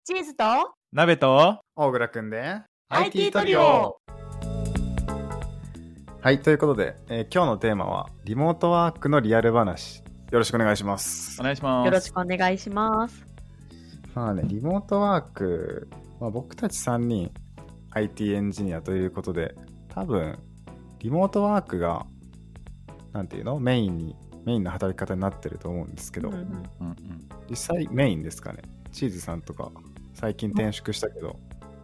チーズと鍋と大倉くんで IT トリオ。 はい、ということで、今日のテーマはリモートワークのリアル話。よろしくお願いします。 お願いします。 よろしくお願いします。 まあね、リモートワーク、僕たち3人 IT エンジニアということで、多分リモートワークがなんていうのメインの働き方になってると思うんですけど、実際メインですかね。チーズさんとか最近転職したけど、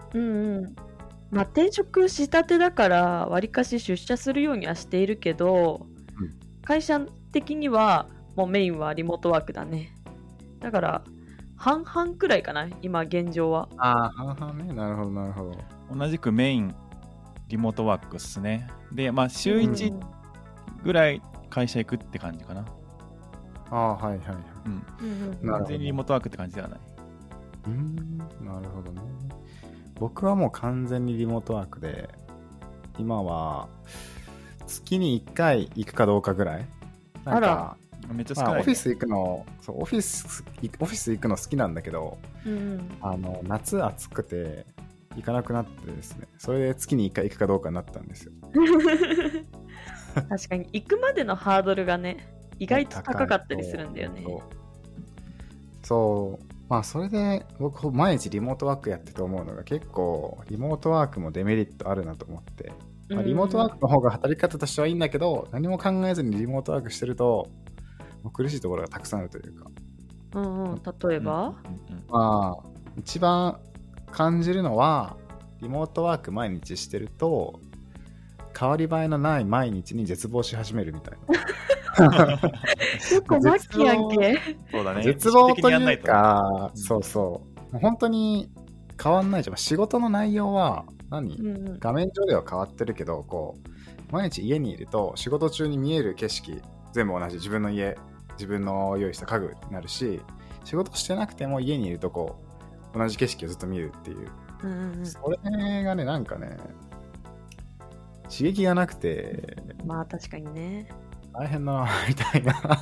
転職したてだからわりかし出社するようにはしているけど、会社的にはもうメインはリモートワークだね。だから半々くらいかな、今現状は。 半々ね。なるほどなるほど。 同じくメインリモートワークっすね。で、週1ぐらい会社行くって感じかな。 はいはいはい。 完全にリモートワークって感じではない。 なるほどね。僕はもう完全にリモートワークで、今は月に1回行くかどうかぐらい。なんかめっちゃ少ない、 オフィス行くの、オフィス行くの好きなんだけど、夏暑くて行かなくなってですね、それで月に1回行くかどうかになったんですよ。 確かに行くまでのハードルがね、意外と高かったりするんだよね。 そう。それで僕毎日リモートワークやってて思うのが、結構リモートワークもデメリットあるなと思って、リモートワークの方が働き方としてはいいんだけど、何も考えずにリモートワークしてるともう苦しいところがたくさんあるというか、 例えば、 一番感じるのは、リモートワーク毎日してると変わり映えのない毎日に絶望し始めるみたいな。 結構末期やんけ。 そうだね。 絶望というか、そう本当に変わんないじゃん。仕事の内容は画面上では変わってるけど、毎日家にいると仕事中に見える景色全部同じ。自分の用意した家具になるし、仕事してなくても家にいると同じ景色をずっと見るっていう、それがね、なんかね、刺激がなくて、 確かにね、 大変だなみたい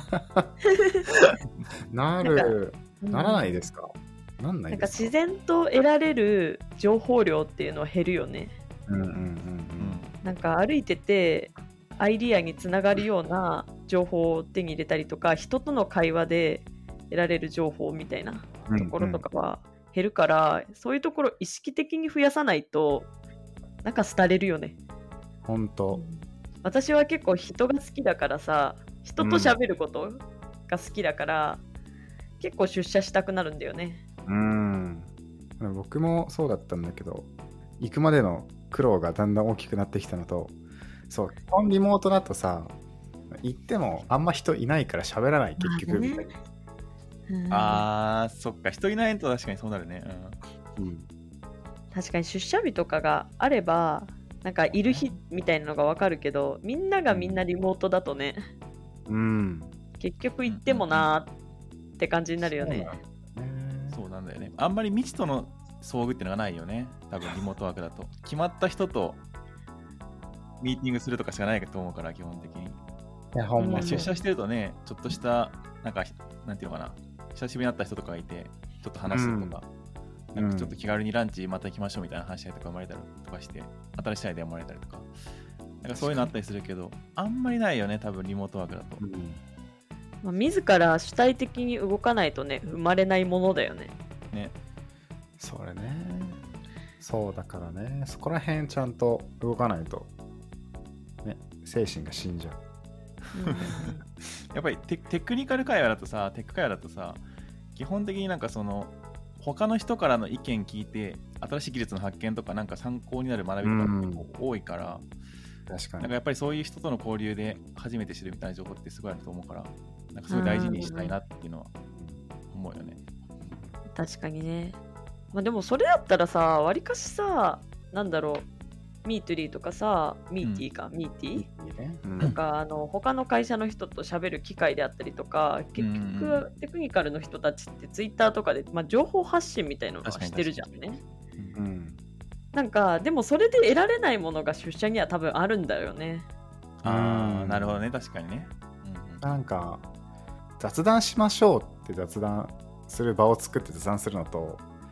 なならないですか？なんないですか？ 自然と得られる情報量っていうのは減るよね。なんか歩いててアイディアにつながるような情報を手に入れたりとか、人との会話で得られる情報みたいなところとかは減るから、そういうところ意識的に増やさないとなんか廃れるよね。 本当。 私は結構人が好きだからさ、人と喋ることが好きだから、結構出社したくなるんだよね。 僕もそうだったんだけど、行くまでの苦労がだんだん大きくなってきたのと、基本リモートだとさ、行ってもあんま人いないから喋らない結局みたいな。そっか、人いないと確かにそうなるね。 確かに出社日とかがあればなんかいる日みたいなのがわかるけど、みんながみんなリモートだとね、結局行ってもなーって感じになるよね。 そうなんだよね。あんまり未知との遭遇ってのがないよね。多分リモートワークだと決まった人とミーティングするとかしかないと思うから、基本的に。出社してるとね、ちょっとしたなんていうのかな、久しぶりに会った人とかがいてちょっと話すとか、なんかちょっと気軽にランチまた行きましょうみたいな話し合いとか生まれたりとかして、新しいアイデア生まれたりとか、なんかそういうのあったりするけど、あんまりないよね、多分リモートワークだと。 自ら主体的に動かないとね、生まれないものだよね。 それね。そうだからね、そこら辺ちゃんと動かないとね、精神が死んじゃう。 やっぱりテクニカル会話だとさ、基本的になんか他の人からの意見聞いて新しい技術の発見とかなんか参考になる学びとか結構多いから、 確かになんかやっぱりそういう人との交流で初めて知るみたいな情報ってすごいあると思うから、なんかすごい大事にしたいなっていうのは思うよね。 確かにね。でもそれだったらさ、わりかしさ、なんだろう、ミートリーとかさ、ミーティーなんか他の会社の人と喋る機会であったりとか、結局テクニカルの人たちってツイッターとかで、情報発信みたいなのはしてるじゃんね。なんかでもそれで得られないものが出社には多分あるんだよね。 なるほどね、確かにね。 なんか雑談しましょうって雑談する場を作って雑談するのと、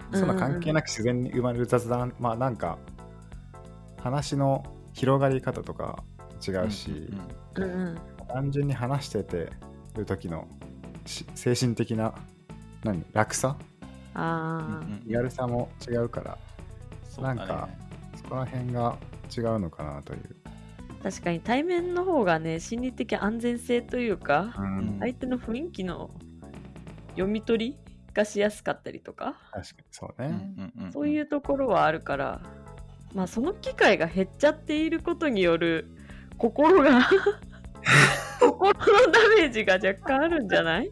そんな関係なく自然に生まれる雑談、まあなんか話の広がり方とか違うし、単純に話しててる時の精神的な楽さ、リアルさも違うから、なんかそこら辺が違うのかなという。 確かに対面の方がね、心理的安全性というか、相手の雰囲気の読み取りがしやすかったりとか、 確かにそうね、 そういうところはあるから、まあその機会が減っちゃっていることによる心のダメージが若干あるんじゃない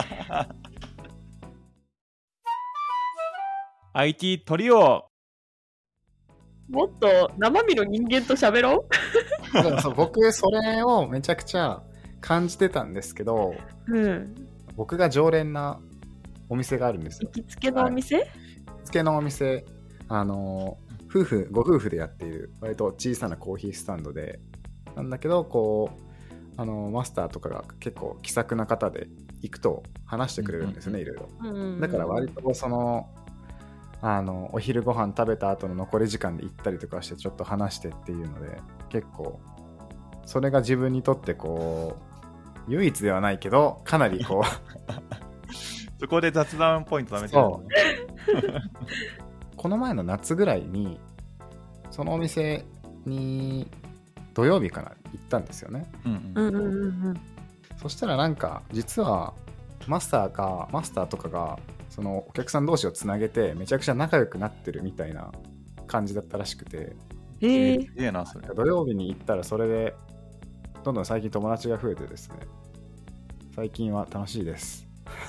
？IT トリオ、 もっと生身の人間と喋ろうそう僕それをめちゃくちゃ感じてたんですけど、僕が常連なお店があるんですよ。 行きつけのお店？ 行きつけのお店、ご夫婦でやっている割と小さなコーヒースタンドでなんだけど、こうマスターとかが結構気さくな方で行くと話してくれるんですよね、いろいろ。だから割とそのお昼ご飯食べた後の残り時間で行ったりとかしてちょっと話してっていうので、結構それが自分にとってこう唯一ではないけどかなりこうそこで雑談ポイント貯めてるのね。 この前の夏ぐらいにそのお店に土曜日から行ったんですよね。そしたらなんか実はマスターとかがそのお客さん同士をつなげてめちゃくちゃ仲良くなってるみたいな感じだったらしくて、 なそれ。 土曜日に行ったらそれでどんどん最近友達が増えてですね、最近は楽しいです。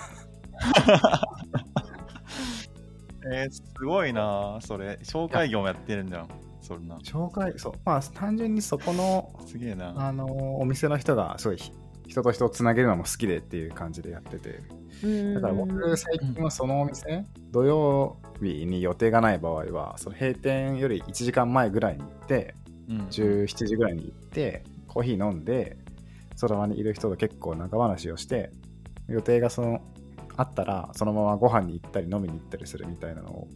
すごいなそれ。紹介業もやってるんじゃん。そんな紹介、そう、まあ単純にそこのすげえな、 お店の人がすごい人と人をつなげるのも好きでっていう感じでやってて、だから僕最近はそのお店、土曜日に予定がない場合はその閉店より1時間前ぐらいに行って、17時ぐらいに行ってコーヒー飲んでその場にいる人と結構長話をして、予定があったらそのままご飯に行ったり飲みに行ったりするみたいなのを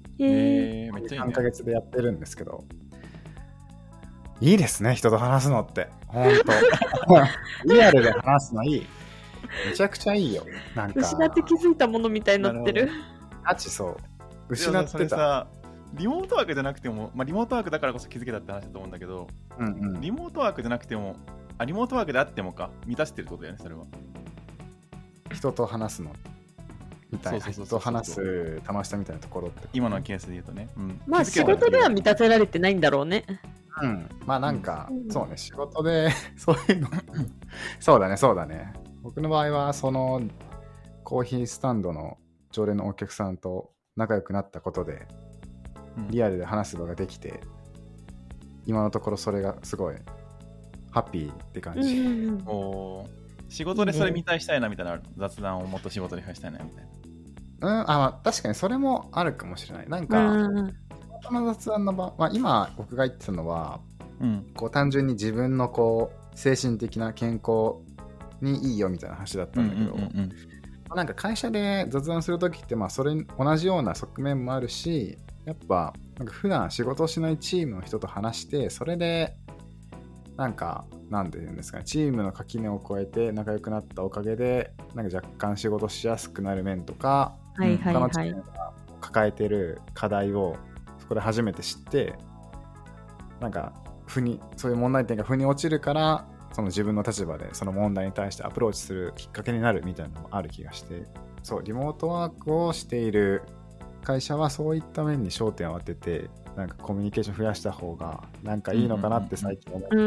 3ヶ月でやってるんですけど、いいですね、人と話すのって。ほんとリアルで話すのいい。めちゃくちゃいいよ。なんか失って気づいたものみたいになってる。 そう失ってた。 さ、リモートワークじゃなくても、リモートワークだからこそ気づけたって話だと思うんだけど、リモートワークじゃなくても、リモートワークであってもか満たしてるってことだよね、それは。 人と話すのみたいな、人と話す楽しさみたいなところって、 今のケースで言うとね、 まあ仕事では満たせられてないんだろうね。 まあなんか、そうね、仕事でそういうのそうだね。僕の場合はそのコーヒースタンドの常連のお客さんと仲良くなったことで、リアルで話す場ができて、今のところそれがすごいハッピーって感じ。 仕事でそれ見たいしたいなみたいな、雑談をもっと仕事で増やしたいなみたいな。 確かにそれもあるかもしれない。なんか、この雑談の場、今僕が言ってたのは、こう単純に自分のこう精神的な健康にいいよみたいな話だったんだけど、なんか会社で雑談するときってそれに同じような側面もあるし、やっぱなんか普段仕事をしないチームの人と話して、それでなんかなんて言うんですかね、チームの垣根を越えて仲良くなったおかげでなんか若干仕事しやすくなる面とか、他のチームが抱えてる課題をそこで初めて知って、なんかそういう問題点が腑に落ちるから、その自分の立場でその問題に対してアプローチするきっかけになるみたいなのもある気がして、そうリモートワークをしている会社はそういった面に焦点を当てて、なんかコミュニケーション増やした方がなんかいいのかなって最近思って、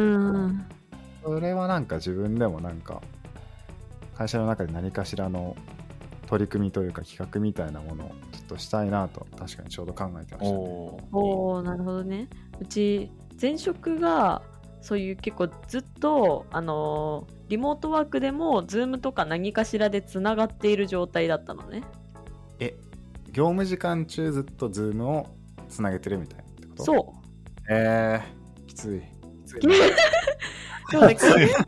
それはなんか自分でもなんか会社の中で何かしらの取り組みというか企画みたいなものをちょっとしたいなと確かにちょうど考えてましたね。 なるほどね。うち前職がそういう結構ずっとリモートワークでも Zoom とか何かしらでつながっている状態だったのね。 業務時間中ずっと Zoom をつなげてるみたいなってこと？ そう。 きついそうね、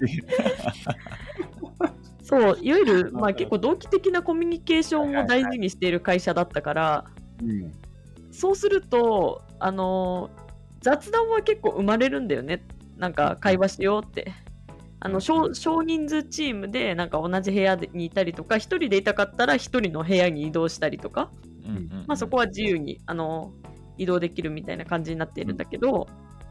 そういわゆる結構同期的なコミュニケーションを大事にしている会社だったから、 そうすると雑談は結構生まれるんだよね。なんか会話しようって。少人数チームでなんか同じ部屋にいたりとか、一人でいたかったら一人の部屋に移動したりとか、まあそこは自由に移動できるみたいな感じになっているんだけど、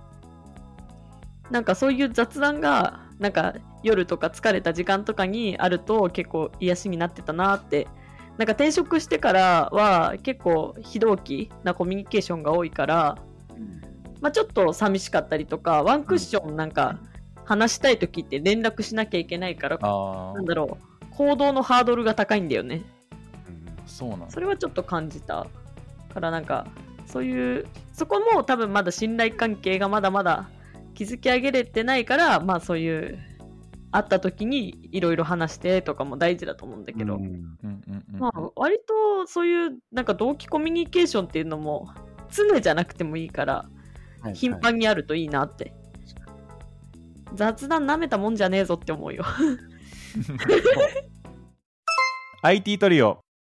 なんかそういう雑談がなんか夜とか疲れた時間とかにあると結構癒しになってたなって。なんか転職してからは結構非同期なコミュニケーションが多いから、まあ、ちょっと寂しかったりとか、ワンクッションなんか話したい時って連絡しなきゃいけないから、なんだろう、行動のハードルが高いんだよね。 そうなんだ。 それはちょっと感じたからなんかそういうそこも多分まだ信頼関係がまだまだ築き上げれてないから、まあそういう会った時にいろいろ話してとかも大事だと思うんだけど、まあ割とそういうなんか同期コミュニケーションっていうのも常じゃなくてもいいから頻繁にあるといいなって。雑談なめたもんじゃねえぞって思うよ。 IT トリオ。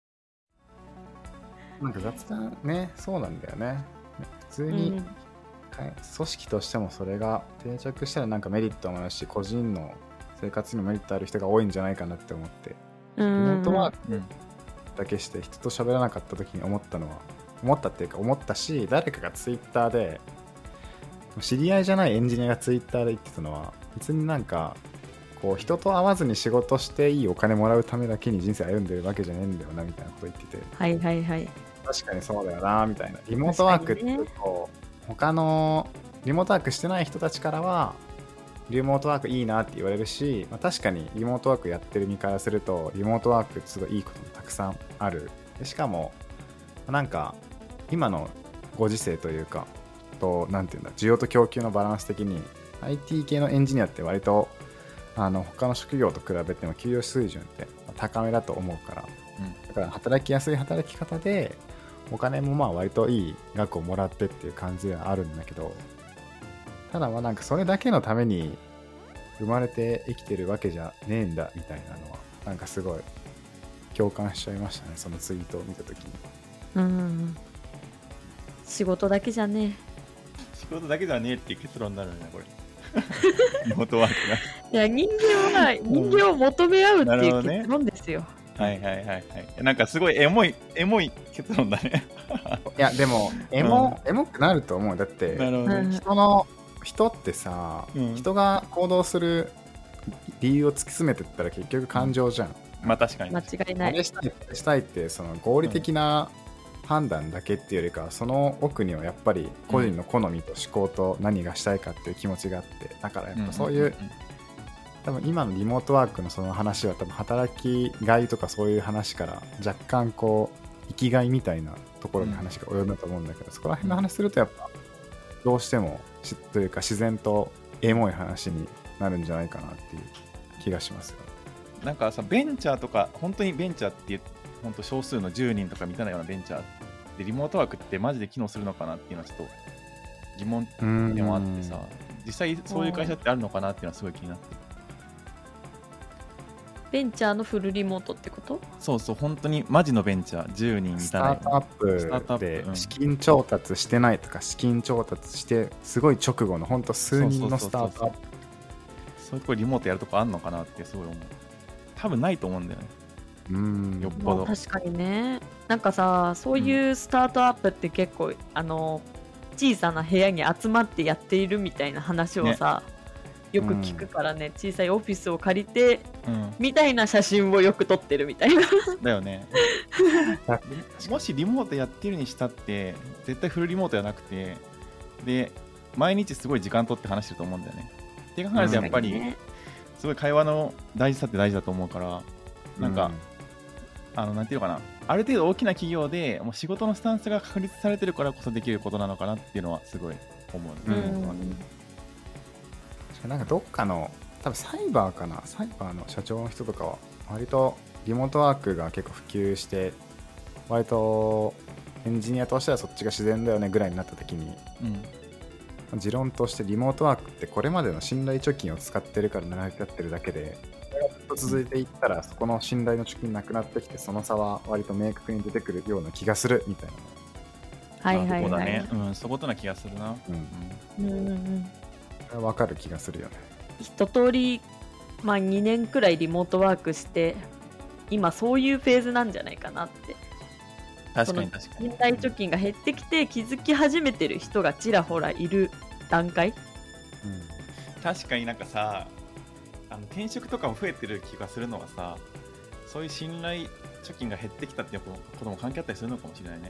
なんか雑談ね、そうなんだよね。普通に、組織としてもそれが定着したらなんかメリットもあるし、個人の生活にもメリットある人が多いんじゃないかなって思って、本当はだけして人と喋らなかった時に思ったっていうか思ったし、誰かがツイッターで知り合いじゃないエンジニアがツイッターで言ってたのは、別になんかこう人と会わずに仕事していいお金もらうためだけに人生歩んでるわけじゃねえんだよなみたいなこと言ってて、 はいはいはい、 確かにそうだよなみたいな。リモートワークっていうと、他のリモートワークしてない人たちからはリモートワークいいなって言われるし、まあ、確かにリモートワークやってる身からするとリモートワークすごいいいこともたくさんある。でしかもなんか今のご時世というかと、なんていうんだ、需要と供給のバランス的に IT 系のエンジニアって割と他の職業と比べても給与水準って高めだと思うから、だから働きやすい働き方でお金もまあ割といい額をもらってっていう感じではあるんだけど、ただまあなんかそれだけのために生まれて生きてるわけじゃねえんだみたいなのはなんかすごい共感しちゃいましたね、そのツイートを見たときに。 仕事だけじゃねえ。仕事だけじゃねえっていう結論になるねこれ。リモートワークが。 いや人間を求め合うっていう結論ですよ。 はいはいはいはい。なんかすごいエモい結論だね。 いやでもエモくなると思う。だって人ってさ、人が行動する理由を突き詰めてったら結局感情じゃん。 まあ確かに。 間違いない。 これしたいってその合理的な判断だけっていうよりかは、その奥にはやっぱり個人の好みと思考と何がしたいかっていう気持ちがあって、だからやっぱそういう多分今のリモートワークのその話は多分働きがいとかそういう話から若干こう生きがいみたいなところに話が及んだと思うんだけど、そこら辺の話するとやっぱどうしてもというか自然とエモい話になるんじゃないかなっていう気がしますよ。 なんかさ、ベンチャーとか本当にベンチャーって本当少数の10人とかみたいなようなベンチャーでリモートワークってマジで機能するのかなっていうのはちょっと疑問でもあってさ、実際そういう会社ってあるのかなっていうのはすごい気になってる。 ベンチャーのフルリモートってこと？ そうそう、本当にマジのベンチャー10人みたいな。 スタートアップで資金調達してないとか、資金調達してすごい直後の本当数人のスタートアップ、 そういうところリモートやるとこあんのかなってすごい思う。多分ないと思うんだよね。よっぽど。 確かにね。なんかさ、そういうスタートアップって結構、小さな部屋に集まってやっているみたいな話をさ、よく聞くからね、小さいオフィスを借りて、みたいな写真をよく撮ってるみたいな。 だよね。もしリモートやってるにしたって絶対フルリモートじゃなくて、で毎日すごい時間取って話してると思うんだよね。って考えるとやっぱり、すごい会話の大事さって大事だと思うから、なんか、なんていうのかな、ある程度大きな企業でもう仕事のスタンスが確立されてるからこそできることなのかなっていうのはすごい思う、 なんかどっかの多分サイバーの社長の人とかは割とリモートワークが結構普及して割とエンジニアとしてはそっちが自然だよねぐらいになった時に、持論としてリモートワークってこれまでの信頼貯金を使ってるから成り立ってるだけで、それがずっと続いていったらそこの信頼の貯金なくなってきて、その差は割と明確に出てくるような気がするみたいなはいはいはい。 そうだね。そことな気がするな。 わかる気がするよね。 一通り、2年くらいリモートワークして、今そういうフェーズなんじゃないかなって。 確かに。 現代貯金が減ってきて気づき始めてる人がちらほらいる段階。 確かになんかさ、転職とかも増えてる気がするのはさ、そういう信頼貯金が減ってきたっていうことも関係あったりするのかもしれないね。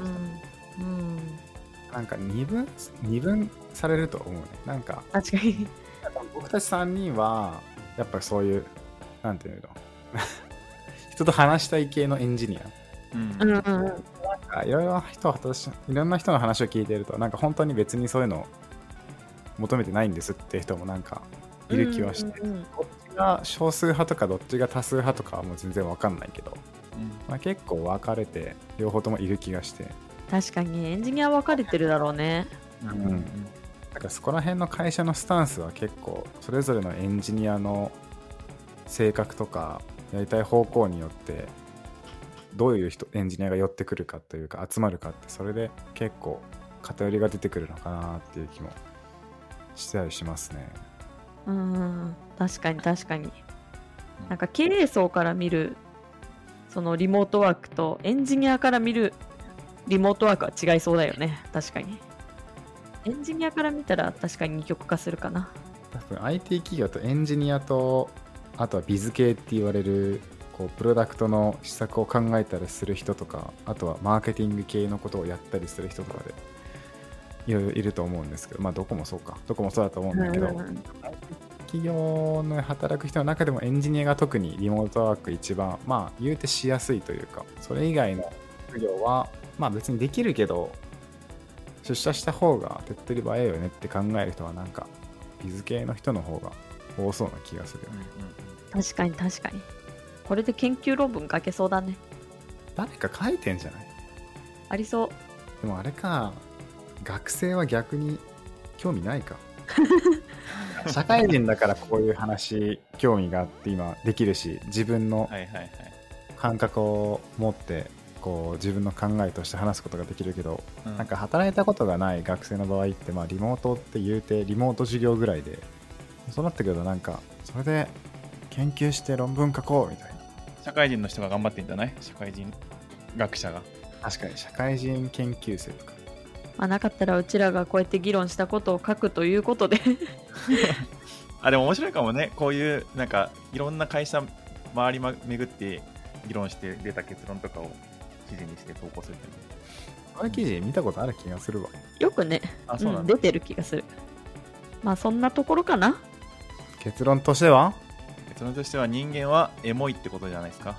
なんか二分されると思うね。なんか確かに僕たち3人はやっぱそういうなんていうの人と話したい系のエンジニア、なんかいろんな人の話を聞いてると、なんか本当に別にそういうのを求めてないんですって人もなんかいる気はして、どっちが少数派とかどっちが多数派とかはもう全然わかんないけど、結構分かれて両方ともいる気がして。 確かにエンジニア分かれてるだろうね。 だからそこら辺の会社のスタンスは結構それぞれのエンジニアの性格とかやりたい方向によってどういうエンジニアが寄ってくるかというか集まるかって、それで結構偏りが出てくるのかなっていう気もしたりしますね。 確かに。なんか経営層から見るそのリモートワークとエンジニアから見るリモートワークは違いそうだよね。確かにエンジニアから見たら確かに二極化するかな。 多分 IT 企業とエンジニアと、あとはビズ系って言われるこうプロダクトの施策を考えたりする人とか、あとはマーケティング系のことをやったりする人とかでいろいろいると思うんですけど、どこもそうだと思うんだけど、企業の働く人の中でもエンジニアが特にリモートワーク一番言うてしやすいというか、それ以外の副業は別にできるけど出社した方が手っ取り早いよねって考える人はなんかビズ系の人の方が多そうな気がするよね。 確かにこれで研究論文書けそうだね。 誰か書いてんじゃない？ ありそう。 でもあれか、学生は逆に興味ないか社会人だからこういう話興味があって今できるし、自分の感覚を持ってこう自分の考えとして話すことができるけど、なんか働いたことがない学生の場合ってリモートって言うてリモート授業ぐらいで、そうなってくるとなんかそれで研究して論文書こうみたいな。 社会人の人が頑張ってんじゃない？社会人学者が。 確かに社会人研究生とかなかったらうちらがこうやって議論したことを書くということででも面白いかもね。こういうなんかいろんな会社回り巡って議論して出た結論とかを記事にして投稿するっていうの。 この記事見たことある気がするわ。 よくね、出てる気がする。そんなところかな。 結論としては人間はエモいってことじゃないですか。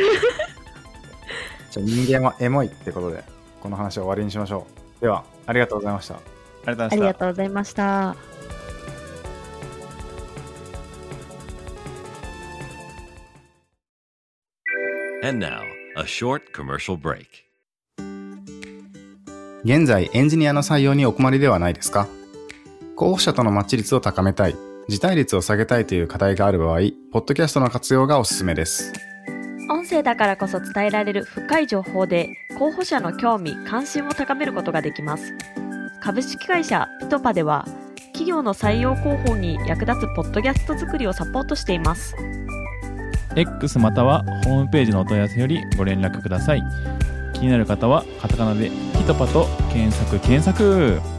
じゃあ人間はエモいってことでこの話を終わりにしましょう。ではありがとうございました。 ありがとうございました。 And now, a short commercial break. 現在エンジニアの採用にお困りではないですか？候補者とのマッチ率を高めたい、辞退率を下げたいという課題がある場合、ポッドキャストの活用がおすすめです。 音声だからこそ伝えられる深い情報で候補者の興味・関心を高めることができます。株式会社ピトパでは企業の採用広報に役立つポッドキャスト作りをサポートしています。 X またはホームページのお問い合わせよりご連絡ください。気になる方はカタカナでピトパと検索